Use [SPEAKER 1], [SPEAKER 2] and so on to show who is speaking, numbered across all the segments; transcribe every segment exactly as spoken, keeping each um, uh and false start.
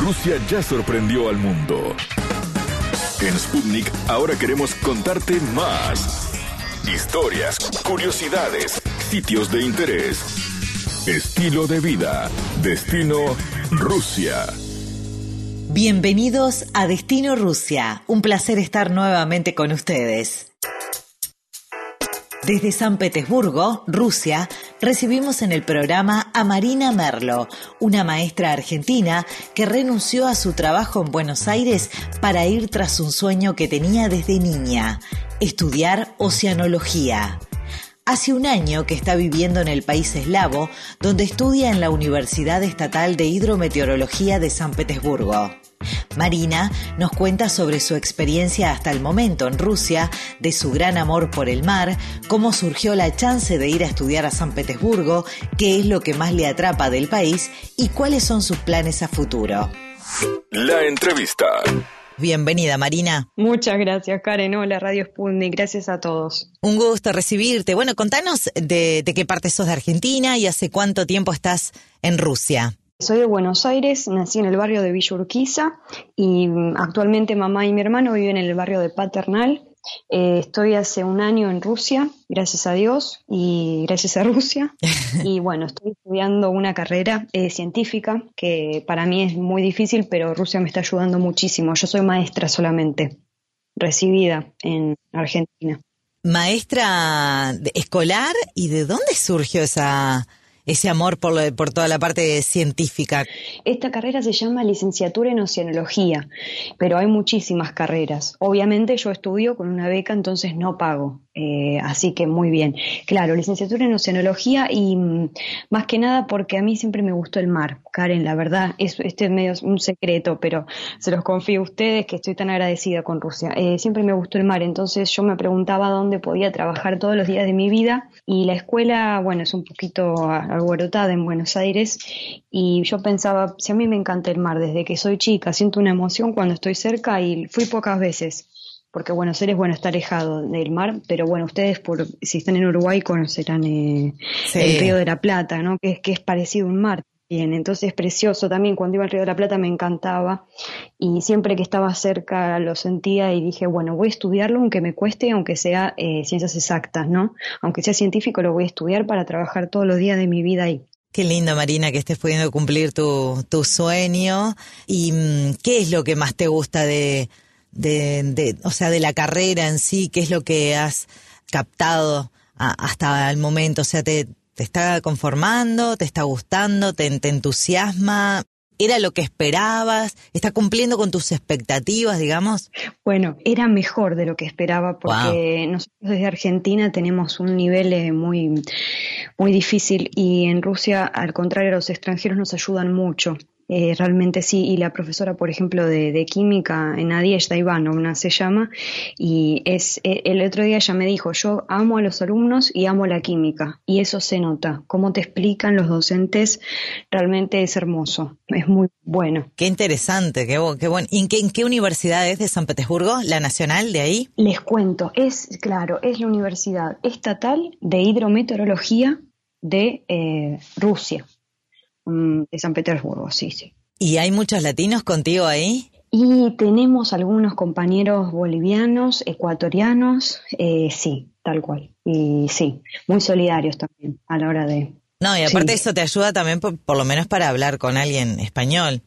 [SPEAKER 1] Rusia ya sorprendió al mundo. En Sputnik ahora queremos contarte más. Historias, curiosidades, sitios de interés, estilo de vida, destino Rusia.
[SPEAKER 2] Bienvenidos a Destino Rusia. Un placer estar nuevamente con ustedes. Desde San Petersburgo, Rusia, recibimos en el programa a Marina Merlo, una maestra argentina que renunció a su trabajo en Buenos Aires para ir tras un sueño que tenía desde niña: estudiar oceanología. Hace un año que está viviendo en el país eslavo, donde estudia en la Universidad Estatal de Hidrometeorología de San Petersburgo. Marina nos cuenta sobre su experiencia hasta el momento en Rusia, de su gran amor por el mar, cómo surgió la chance de ir a estudiar a San Petersburgo, qué es lo que más le atrapa del país y cuáles son sus planes a futuro.
[SPEAKER 1] La entrevista.
[SPEAKER 2] Bienvenida, Marina.
[SPEAKER 3] Muchas gracias, Karen. Hola, Radio Sputnik. Gracias a todos.
[SPEAKER 2] Un gusto recibirte. Bueno, contanos de, de qué parte sos de Argentina y hace cuánto tiempo estás en Rusia.
[SPEAKER 3] Soy de Buenos Aires, nací en el barrio de Villa Urquiza y actualmente mamá y mi hermano viven en el barrio de Paternal. Eh, estoy hace un año en Rusia, gracias a Dios y gracias a Rusia. Y bueno, estoy estudiando una carrera eh, científica que para mí es muy difícil, pero Rusia me está ayudando muchísimo. Yo soy maestra solamente, recibida en Argentina.
[SPEAKER 2] Maestra escolar, ¿y de dónde surgió esa... ese amor por, lo, por toda la parte científica?
[SPEAKER 3] Esta carrera se llama licenciatura en oceanología, pero hay muchísimas carreras. Obviamente yo estudio con una beca, entonces no pago, eh, así que muy bien. Claro, licenciatura en oceanología y mm, más que nada porque a mí siempre me gustó el mar. Karen, la verdad, es, este es medio un secreto, pero se los confío a ustedes que estoy tan agradecida con Rusia. Eh, siempre me gustó el mar, entonces yo me preguntaba dónde podía trabajar todos los días de mi vida y la escuela, bueno, es un poquito alborotada en Buenos Aires y yo pensaba, si a mí me encanta el mar desde que soy chica, siento una emoción cuando estoy cerca y fui pocas veces, porque Buenos Aires, bueno, está alejado del mar, pero bueno, ustedes por si están en Uruguay conocerán eh, sí. el Río de la Plata, ¿no? Que es, que es parecido a un mar. Bien, entonces es precioso también. Cuando iba al Río de la Plata me encantaba y siempre que estaba cerca lo sentía y dije, bueno, voy a estudiarlo aunque me cueste, aunque sea eh, ciencias exactas, ¿no? Aunque sea científico lo voy a estudiar para trabajar todos los días de mi vida ahí.
[SPEAKER 2] Qué lindo, Marina, que estés pudiendo cumplir tu, tu sueño. ¿Y qué es lo que más te gusta de, de, de, o sea, de la carrera en sí? ¿Qué es lo que has captado a, hasta el momento? O sea, te... ¿Te está conformando? ¿Te está gustando? ¿Te, te entusiasma? ¿Era lo que esperabas? ¿Está cumpliendo con tus expectativas, digamos?
[SPEAKER 3] Bueno, era mejor de lo que esperaba porque wow. Nosotros desde Argentina tenemos un nivel eh, muy, muy difícil y en Rusia, al contrario, los extranjeros nos ayudan mucho. Eh, realmente sí, y la profesora, por ejemplo, de, de química, Nadezhda Ivanovna se llama, y es eh, el otro día ella me dijo, yo amo a los alumnos y amo la química, y eso se nota, cómo te explican los docentes, realmente es hermoso, es muy bueno.
[SPEAKER 2] Qué interesante, qué, qué bueno. ¿Y en qué, en qué universidad es de San Petersburgo? ¿La nacional de ahí?
[SPEAKER 3] Les cuento, es, claro, es la Universidad Estatal de Hidrometeorología de eh, Rusia. De San Petersburgo, sí, sí.
[SPEAKER 2] ¿Y hay muchos latinos contigo ahí?
[SPEAKER 3] Y tenemos algunos compañeros bolivianos, ecuatorianos, eh, sí, tal cual. Y sí, muy solidarios también a la hora de...
[SPEAKER 2] No, y aparte
[SPEAKER 3] sí.
[SPEAKER 2] Eso te ayuda también por, por lo menos para hablar con alguien español.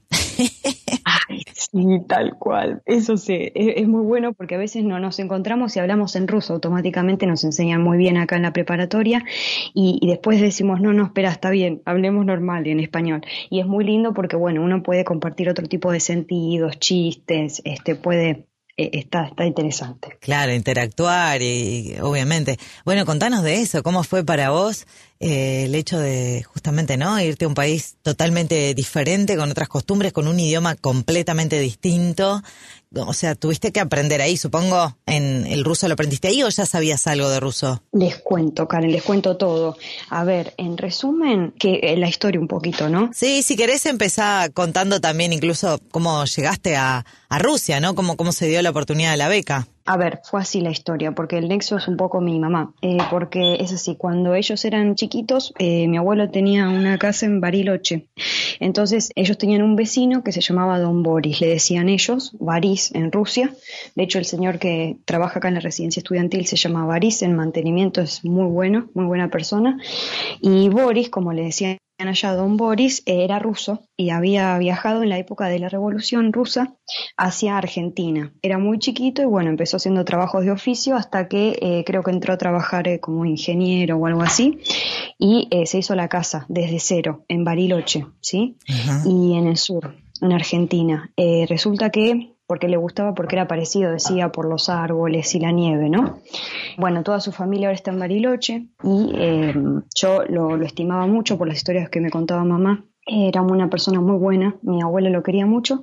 [SPEAKER 3] Ay, sí, tal cual. Eso sí, es, es muy bueno porque a veces no nos encontramos y hablamos en ruso. Automáticamente nos enseñan muy bien acá en la preparatoria y, y después decimos, no, no, espera, está bien, hablemos normal y en español. Y es muy lindo porque, bueno, uno puede compartir otro tipo de sentidos, chistes, este, puede... Está, está interesante.
[SPEAKER 2] Claro, interactuar y, y obviamente. Bueno, contanos de eso, ¿cómo fue para vos eh, el hecho de justamente no irte a un país totalmente diferente, con otras costumbres, con un idioma completamente distinto? O sea, tuviste que aprender ahí, supongo, en el ruso lo aprendiste ahí o ya sabías algo de ruso.
[SPEAKER 3] Les cuento, Karen, les cuento todo. A ver, en resumen, que eh, la historia un poquito, ¿no?
[SPEAKER 2] Sí, si querés empezar contando también incluso cómo llegaste a, a Rusia, ¿no? Cómo, cómo se dio la oportunidad de la beca.
[SPEAKER 3] A ver, fue así la historia, porque el nexo es un poco mi mamá, eh, porque es así, cuando ellos eran chiquitos, eh, mi abuelo tenía una casa en Bariloche, entonces ellos tenían un vecino que se llamaba Don Boris, le decían ellos, Boris en Rusia, de hecho el señor que trabaja acá en la residencia estudiantil se llama Boris, en mantenimiento es muy bueno, muy buena persona, y Boris, como le decían allá, Don Boris era ruso y había viajado en la época de la Revolución Rusa hacia Argentina. Era muy chiquito y bueno, empezó haciendo trabajos de oficio hasta que eh, creo que entró a trabajar eh, como ingeniero o algo así y eh, se hizo la casa desde cero en Bariloche, ¿sí? Uh-huh. Y en el sur, en Argentina. Eh, resulta que porque le gustaba, porque era parecido, decía, por los árboles y la nieve, ¿no? Bueno, toda su familia ahora está en Bariloche y eh, yo lo, lo estimaba mucho por las historias que me contaba mamá. Era una persona muy buena, mi abuela lo quería mucho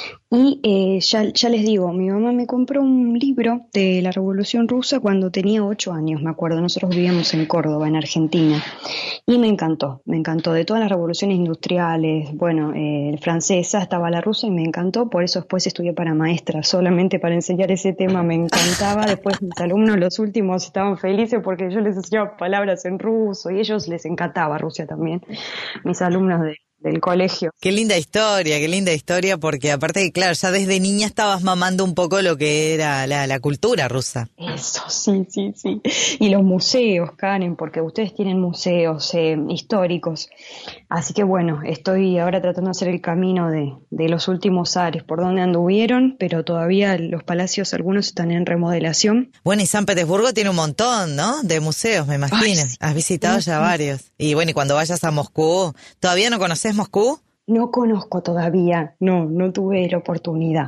[SPEAKER 3] y eh, ya, ya les digo, mi mamá me compró un libro de la Revolución Rusa cuando tenía ocho años, me acuerdo, nosotros vivíamos en Córdoba, en Argentina, y me encantó, me encantó, de todas las revoluciones industriales, bueno, eh, francesa, estaba la rusa y me encantó, por eso después estudié para maestra, solamente para enseñar ese tema me encantaba, después mis alumnos los últimos estaban felices porque yo les enseñaba palabras en ruso y a ellos les encantaba Rusia también, mis alumnos de del colegio.
[SPEAKER 2] Qué linda historia, qué linda historia, porque aparte, claro, ya desde niña estabas mamando un poco lo que era la, la cultura rusa.
[SPEAKER 3] Eso, sí, sí, sí. Y los museos, Karen, porque ustedes tienen museos eh, históricos. Así que bueno, estoy ahora tratando de hacer el camino de, de los últimos ares, por donde anduvieron, pero todavía los palacios, algunos están en remodelación.
[SPEAKER 2] Bueno, y San Petersburgo tiene un montón, ¿no? De museos, me imagino. Ay, sí. Has visitado sí, ya sí. varios. Y bueno, y cuando vayas a Moscú, ¿todavía no conoces Moscú?
[SPEAKER 3] No conozco todavía, no, no tuve la oportunidad.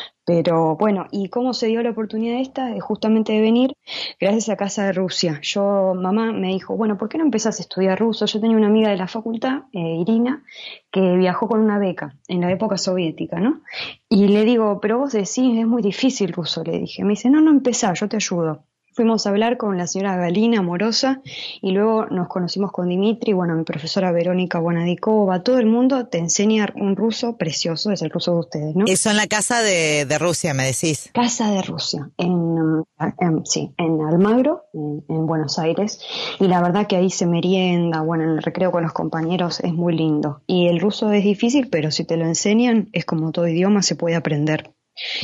[SPEAKER 3] Pero bueno, ¿y cómo se dio la oportunidad esta? Justamente de venir gracias a Casa de Rusia. Yo, mamá me dijo, bueno, ¿por qué no empezás a estudiar ruso? Yo tenía una amiga de la facultad, eh, Irina, que viajó con una beca en la época soviética, ¿no? Y le digo, pero vos decís, es muy difícil ruso, le dije. Me dice, no, no empezá, yo te ayudo. Fuimos a hablar con la señora Galina Amorosa y luego nos conocimos con Dimitri, bueno, mi profesora Verónica Bonadikova, todo el mundo te enseña un ruso precioso, es el ruso de ustedes, ¿no?
[SPEAKER 2] Eso en la Casa de, de Rusia, me decís.
[SPEAKER 3] Casa de Rusia, en, en sí, en Almagro, en, en Buenos Aires, y la verdad que ahí se merienda, bueno, en el recreo con los compañeros es muy lindo. Y el ruso es difícil, pero si te lo enseñan, es como todo idioma, se puede aprender.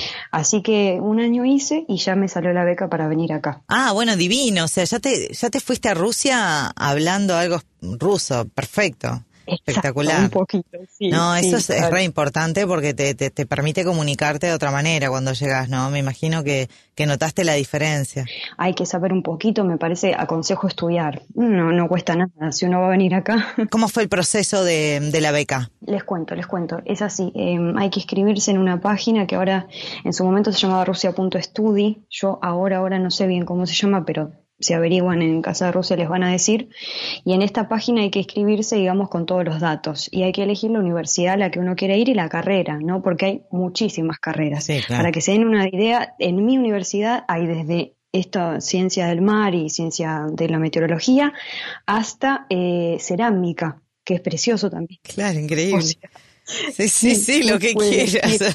[SPEAKER 3] Así que un año hice y ya me salió la beca para venir acá.
[SPEAKER 2] Ah, bueno, divino, o sea, ya te, ya te fuiste a Rusia hablando algo ruso, perfecto. Espectacular.
[SPEAKER 3] Exacto, un poquito, sí.
[SPEAKER 2] No, eso
[SPEAKER 3] sí,
[SPEAKER 2] es,
[SPEAKER 3] claro.
[SPEAKER 2] es re importante porque te, te, te permite comunicarte de otra manera cuando llegas, ¿no? Me imagino que, que notaste la diferencia.
[SPEAKER 3] Hay que saber un poquito, me parece, aconsejo estudiar. No, no cuesta nada si uno va a venir acá.
[SPEAKER 2] ¿Cómo fue el proceso de, de la beca?
[SPEAKER 3] Les cuento, les cuento. Es así, eh, hay que inscribirse en una página que ahora, en su momento se llamaba rusia punto studi. Yo ahora, ahora no sé bien cómo se llama, pero si averiguan en Casa de Rusia les van a decir, y en esta página hay que inscribirse, digamos, con todos los datos, y hay que elegir la universidad a la que uno quiere ir y la carrera, ¿no? Porque hay muchísimas carreras.
[SPEAKER 2] Sí, claro.
[SPEAKER 3] Para que se den una idea, en mi universidad hay desde esta ciencia del mar y ciencia de la meteorología hasta eh, cerámica, que es precioso también.
[SPEAKER 2] Claro, increíble.
[SPEAKER 3] O sea,
[SPEAKER 2] sí, sí, sí, sí, lo que quieras.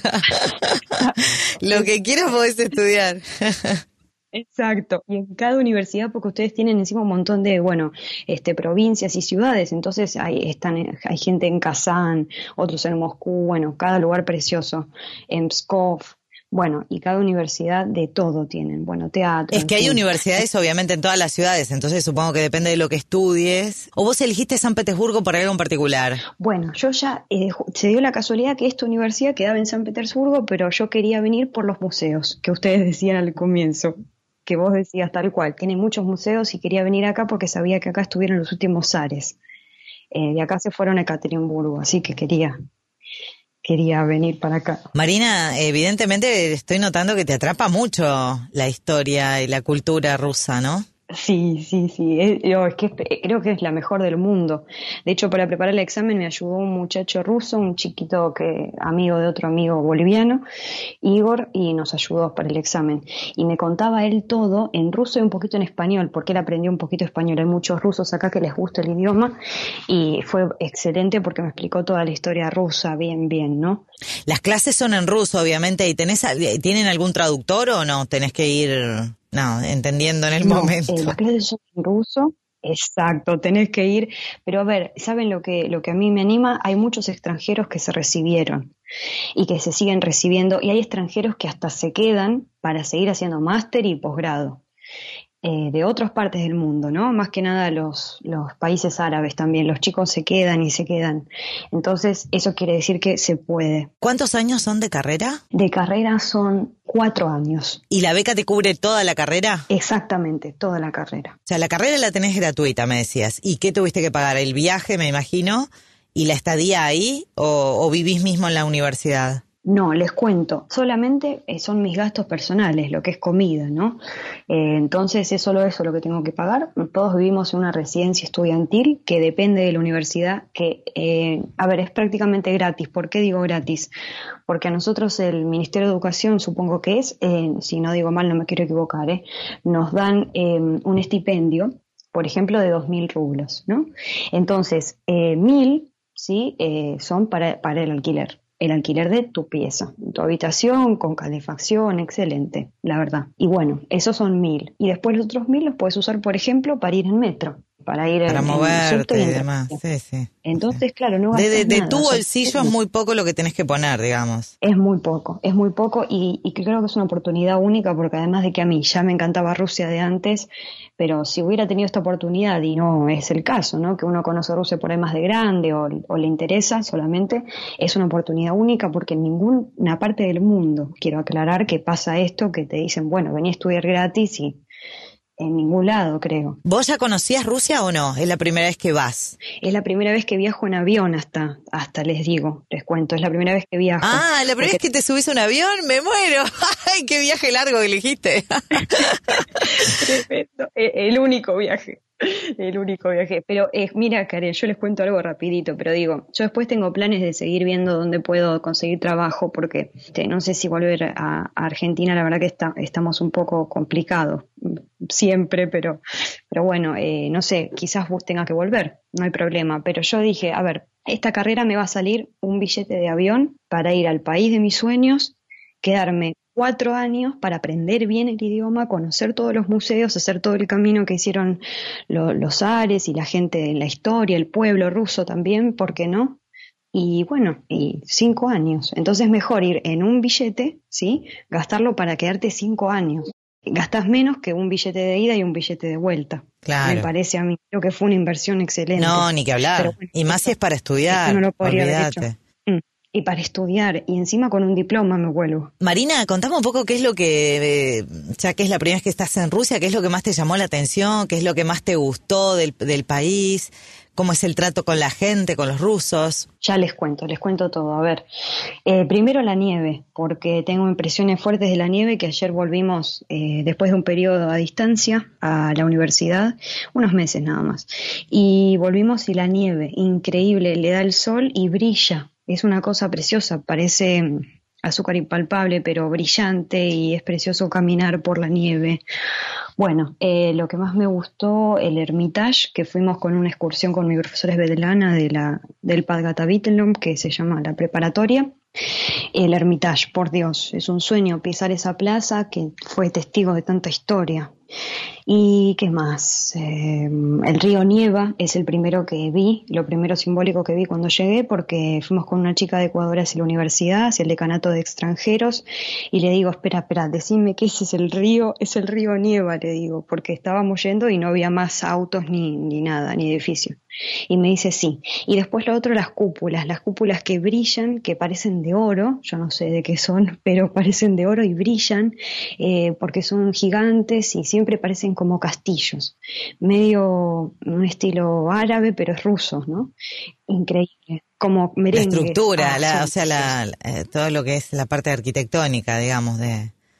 [SPEAKER 2] Lo que quieras podés estudiar.
[SPEAKER 3] Exacto, y en cada universidad, porque ustedes tienen encima un montón de, bueno, este, provincias y ciudades, entonces hay, están, hay gente en Kazán, otros en Moscú, bueno, cada lugar precioso, en Pskov, bueno, y cada universidad de todo tienen, bueno, teatro.
[SPEAKER 2] Es que hay
[SPEAKER 3] fin.
[SPEAKER 2] universidades obviamente en todas las ciudades, entonces supongo que depende de lo que estudies. ¿O vos elegiste San Petersburgo por algo en particular?
[SPEAKER 3] Bueno, yo ya, eh, se dio la casualidad que esta universidad quedaba en San Petersburgo, pero yo quería venir por los museos, que ustedes decían al comienzo. Que vos decías tal cual, tiene muchos museos y quería venir acá porque sabía que acá estuvieron los últimos zares. Eh, de acá se fueron a Ekaterimburgo, así que quería, quería venir para acá.
[SPEAKER 2] Marina, evidentemente estoy notando que te atrapa mucho la historia y la cultura rusa, ¿no?
[SPEAKER 3] Sí, sí, sí, es, yo, es que es- creo que es la mejor del mundo. De hecho, para preparar el examen me ayudó un muchacho ruso, un chiquito que amigo de otro amigo boliviano, Igor, y nos ayudó para el examen. Y me contaba él todo en ruso y un poquito en español, porque él aprendió un poquito español. Hay muchos rusos acá que les gusta el idioma y fue excelente porque me explicó toda la historia rusa bien, bien, ¿no?
[SPEAKER 4] Las clases son en ruso, obviamente, ¿y tenés, a- tienen algún traductor o no? Tenés que ir, no, entendiendo en el
[SPEAKER 3] No,
[SPEAKER 4] momento.
[SPEAKER 3] eh, las clases son en ruso. Exacto, tenés que ir, pero a ver, ¿saben lo que, lo que a mí me anima? Hay muchos extranjeros que se recibieron y que se siguen recibiendo, y hay extranjeros que hasta se quedan para seguir haciendo máster y posgrado. Eh, de otras partes del mundo, ¿no? Más que nada los, los países árabes también, los chicos se quedan y se quedan. Entonces, eso quiere decir que se puede.
[SPEAKER 4] ¿Cuántos años son de carrera?
[SPEAKER 3] De carrera son cuatro años,
[SPEAKER 4] ¿Y la beca te cubre toda la carrera?
[SPEAKER 3] exactamente, toda la carrera.
[SPEAKER 4] O sea, la carrera la tenés gratuita, me decías. ¿Y qué tuviste que pagar? ¿El viaje, me imagino? ¿Y la estadía ahí? ¿O, o vivís mismo en la universidad?
[SPEAKER 3] No, les cuento, solamente eh, son mis gastos personales, lo que es comida, ¿no? Eh, entonces es solo eso lo que tengo que pagar. Todos vivimos en una residencia estudiantil que depende de la universidad, que, eh, a ver, es prácticamente gratis. ¿Por qué digo gratis? Porque a nosotros el Ministerio de Educación, supongo que es, eh, si no digo mal, no me quiero equivocar, ¿eh? Nos dan eh, un estipendio, por ejemplo, de dos mil rublos, ¿no? Entonces, eh, mil, ¿sí? Eh, son para, para el alquiler. El alquiler de tu pieza, tu habitación, con calefacción, excelente, la verdad. Y bueno, esos son mil. Y después los otros mil los puedes usar, por ejemplo, para ir en metro, para ir
[SPEAKER 4] Para
[SPEAKER 3] en, en
[SPEAKER 4] moverte
[SPEAKER 3] subte
[SPEAKER 4] y
[SPEAKER 3] en
[SPEAKER 4] demás.
[SPEAKER 3] transporte.
[SPEAKER 4] Sí, sí.
[SPEAKER 3] Entonces, claro, no
[SPEAKER 4] De,
[SPEAKER 3] gastas
[SPEAKER 4] de, de
[SPEAKER 3] nada.
[SPEAKER 4] tu
[SPEAKER 3] o sea,
[SPEAKER 4] bolsillo es muy poco lo que tenés que poner, digamos.
[SPEAKER 3] es muy poco, es muy poco y, y creo que es una oportunidad única porque además de que a mí ya me encantaba Rusia de antes, pero si hubiera tenido esta oportunidad y no es el caso, ¿no? Que uno conoce Rusia por ahí más de grande o, o le interesa solamente, es una oportunidad única porque en ninguna parte del mundo, quiero aclarar que pasa esto, que te dicen, bueno, vení a estudiar gratis y en ningún lado, creo.
[SPEAKER 4] ¿Vos ya conocías Rusia o no? Es la primera vez que vas.
[SPEAKER 3] Es la primera vez que viajo en avión hasta, hasta les digo, les cuento, es la primera vez que viajo.
[SPEAKER 4] Ah, la primera
[SPEAKER 3] Porque-
[SPEAKER 4] vez que te subís a un avión, me muero. ¡Ay, qué viaje largo que elegiste!
[SPEAKER 3] Tremendo. Eh, El único viaje, el único viaje. Pero eh, mira, Karen, yo les cuento algo rapidito, pero digo, yo después tengo planes de seguir viendo dónde puedo conseguir trabajo, porque este, no sé si volver a, a Argentina, la verdad que está, estamos un poco complicados, siempre, pero, pero bueno, eh, no sé, quizás vos tengas que volver, no hay problema. Pero yo dije, a ver, esta carrera me va a salir un billete de avión para ir al país de mis sueños, quedarme cuatro años para aprender bien el idioma, conocer todos los museos, hacer todo el camino que hicieron lo- los zares y la gente de la historia, el pueblo ruso también, ¿por qué no? Y bueno, y cinco años. Entonces mejor ir en un billete, ¿sí? Gastarlo para quedarte cinco años. Gastás menos que un billete de ida y un billete de vuelta.
[SPEAKER 4] Claro.
[SPEAKER 3] Me parece a mí. Creo que fue una inversión excelente.
[SPEAKER 4] No, ni que hablar.
[SPEAKER 3] Pero bueno,
[SPEAKER 4] Y más
[SPEAKER 3] esto-
[SPEAKER 4] si es para estudiar,
[SPEAKER 3] esto no lo podría haber
[SPEAKER 4] olvídate.
[SPEAKER 3] hecho. Mm. Y para estudiar, y encima con un diploma me vuelvo.
[SPEAKER 4] Marina, contame un poco qué es lo que, eh, ya que es la primera vez que estás en Rusia, qué es lo que más te llamó la atención, qué es lo que más te gustó del, del país, cómo es el trato con la gente, con los rusos.
[SPEAKER 3] Ya les cuento, les cuento todo. A ver, eh, primero la nieve, porque tengo impresiones fuertes de la nieve, que ayer volvimos eh, después de un periodo a distancia a la universidad, unos meses nada más, y volvimos y la nieve, increíble, le da el sol y brilla, es una cosa preciosa, parece mm, azúcar impalpable, pero brillante y es precioso caminar por la nieve. Bueno, eh, lo que más me gustó, el Hermitage, que fuimos con una excursión con mi profesora Svetlana de la, del Padgata-Vittelum, que se llama la preparatoria. El Hermitage, por Dios, es un sueño pisar esa plaza que fue testigo de tanta historia. ¿Y qué más? Eh, el río Nieva es el primero que vi, lo primero simbólico que vi cuando llegué, porque fuimos con una chica de Ecuador hacia la universidad, hacia el decanato de extranjeros, y le digo, espera, espera, decime que ese es el río, es el río Nieva, le digo, porque estábamos yendo y no había más autos ni, ni nada, ni edificios. Y me dice sí. Y después lo otro, las cúpulas, las cúpulas que brillan, que parecen de oro, yo no sé de qué son, pero parecen de oro y brillan, eh, porque son gigantes y siempre parecen como castillos, medio un estilo árabe, pero es ruso, ¿no? Increíble, como merengue.
[SPEAKER 4] La estructura,
[SPEAKER 3] Ah,
[SPEAKER 4] la,
[SPEAKER 3] son
[SPEAKER 4] o sea, la, la- eh, todo lo que es la parte arquitectónica, digamos, de,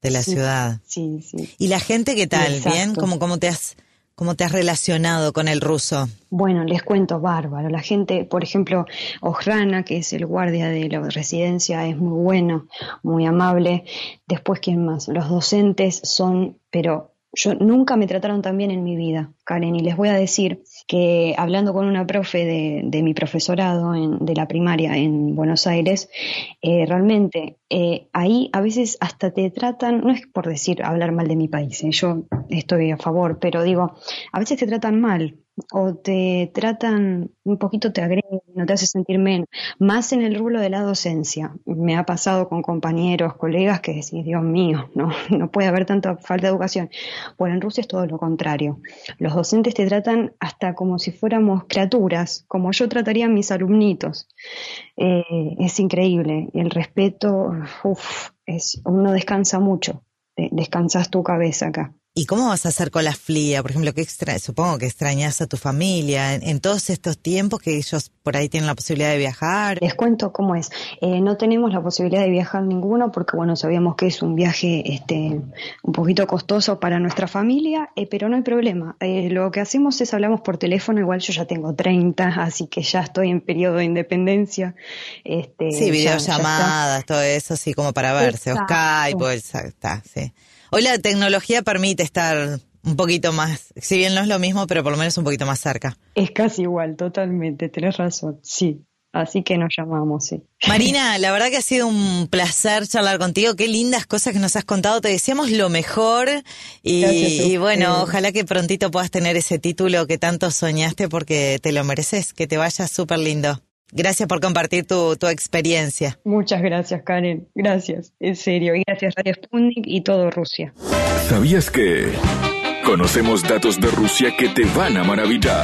[SPEAKER 4] de la
[SPEAKER 3] sí,
[SPEAKER 4] ciudad.
[SPEAKER 3] Sí, sí.
[SPEAKER 4] ¿Y la gente qué tal?
[SPEAKER 3] Exacto.
[SPEAKER 4] ¿Bien? ¿Cómo, cómo te has, cómo te has relacionado con el ruso?
[SPEAKER 3] Bueno, les cuento, bárbaro. La gente, por ejemplo, Ojrana, que es el guardia de la residencia, es muy bueno, muy amable. Después, ¿quién más? Los docentes son, pero yo nunca me trataron tan bien en mi vida, Karen, y les voy a decir que hablando con una profe de, de mi profesorado en, de la primaria en Buenos Aires, eh, realmente eh, ahí a veces hasta te tratan, no es por decir hablar mal de mi país, eh, yo estoy a favor, pero digo, a veces te tratan mal o te tratan un poquito, te agreden, no te hace sentir menos, más en el rubro de la docencia. Me ha pasado con compañeros, colegas que decís, Dios mío, no, no puede haber tanta falta de educación. Bueno, en Rusia es todo lo contrario. Los docentes te tratan hasta como si fuéramos criaturas, como yo trataría a mis alumnitos. Eh, es increíble. El respeto, uf, es, uno descansa mucho. Descansas tu cabeza acá.
[SPEAKER 4] ¿Y cómo vas a hacer con la F L I A? Por ejemplo, ¿qué extra- supongo que extrañas a tu familia en, en todos estos tiempos que ellos por ahí tienen la posibilidad de viajar.
[SPEAKER 3] Les cuento cómo es. Eh, no tenemos la posibilidad de viajar ninguno porque, bueno, sabíamos que es un viaje este, un poquito costoso para nuestra familia, eh, pero no hay problema. Eh, lo que hacemos es hablamos por teléfono, igual yo ya tengo treinta, así que ya estoy en periodo de independencia. Este,
[SPEAKER 4] sí, videollamadas,
[SPEAKER 3] ya,
[SPEAKER 4] todo eso, sí, como para verse, o Skype, o el, está, sí. Hoy la tecnología permite estar un poquito más, si bien no es lo mismo, pero por lo menos un poquito más cerca.
[SPEAKER 3] Es casi igual, totalmente, tenés razón, sí. Así que nos llamamos, sí.
[SPEAKER 4] Marina, la verdad que ha sido un placer charlar contigo. Qué lindas cosas que nos has contado. Te deseamos lo mejor y, y bueno, ojalá que prontito puedas tener ese título que tanto soñaste porque te lo mereces. Que te vaya súper lindo. Gracias por compartir tu, tu experiencia.
[SPEAKER 3] Muchas gracias, Karen. Gracias, en serio. Y gracias Radio Sputnik y todo Rusia.
[SPEAKER 1] ¿Sabías que conocemos datos de Rusia que te van a maravillar?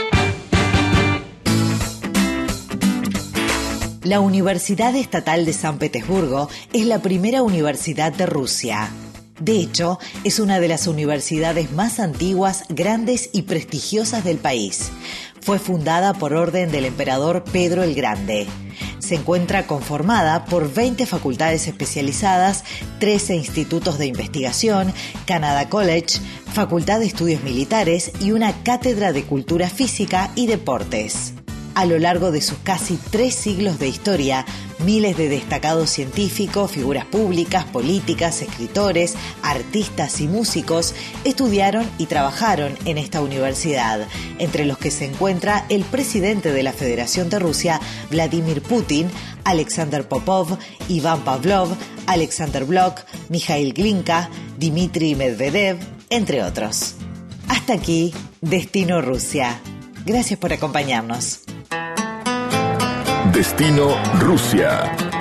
[SPEAKER 2] La Universidad Estatal de San Petersburgo es la primera universidad de Rusia. De hecho, es una de las universidades más antiguas, grandes y prestigiosas del país. Fue fundada por orden del emperador Pedro el Grande. Se encuentra conformada por veinte facultades especializadas, trece institutos de investigación, Canada College, Facultad de Estudios Militares y una cátedra de Cultura Física y Deportes. A lo largo de sus casi tres siglos de historia, miles de destacados científicos, figuras públicas, políticas, escritores, artistas y músicos estudiaron y trabajaron en esta universidad, entre los que se encuentra el presidente de la Federación de Rusia, Vladimir Putin, Alexander Popov, Iván Pavlov, Alexander Blok, Mikhail Glinka, Dmitry Medvedev, entre otros. Hasta aquí, Destino Rusia. Gracias por acompañarnos.
[SPEAKER 1] Destino Rusia.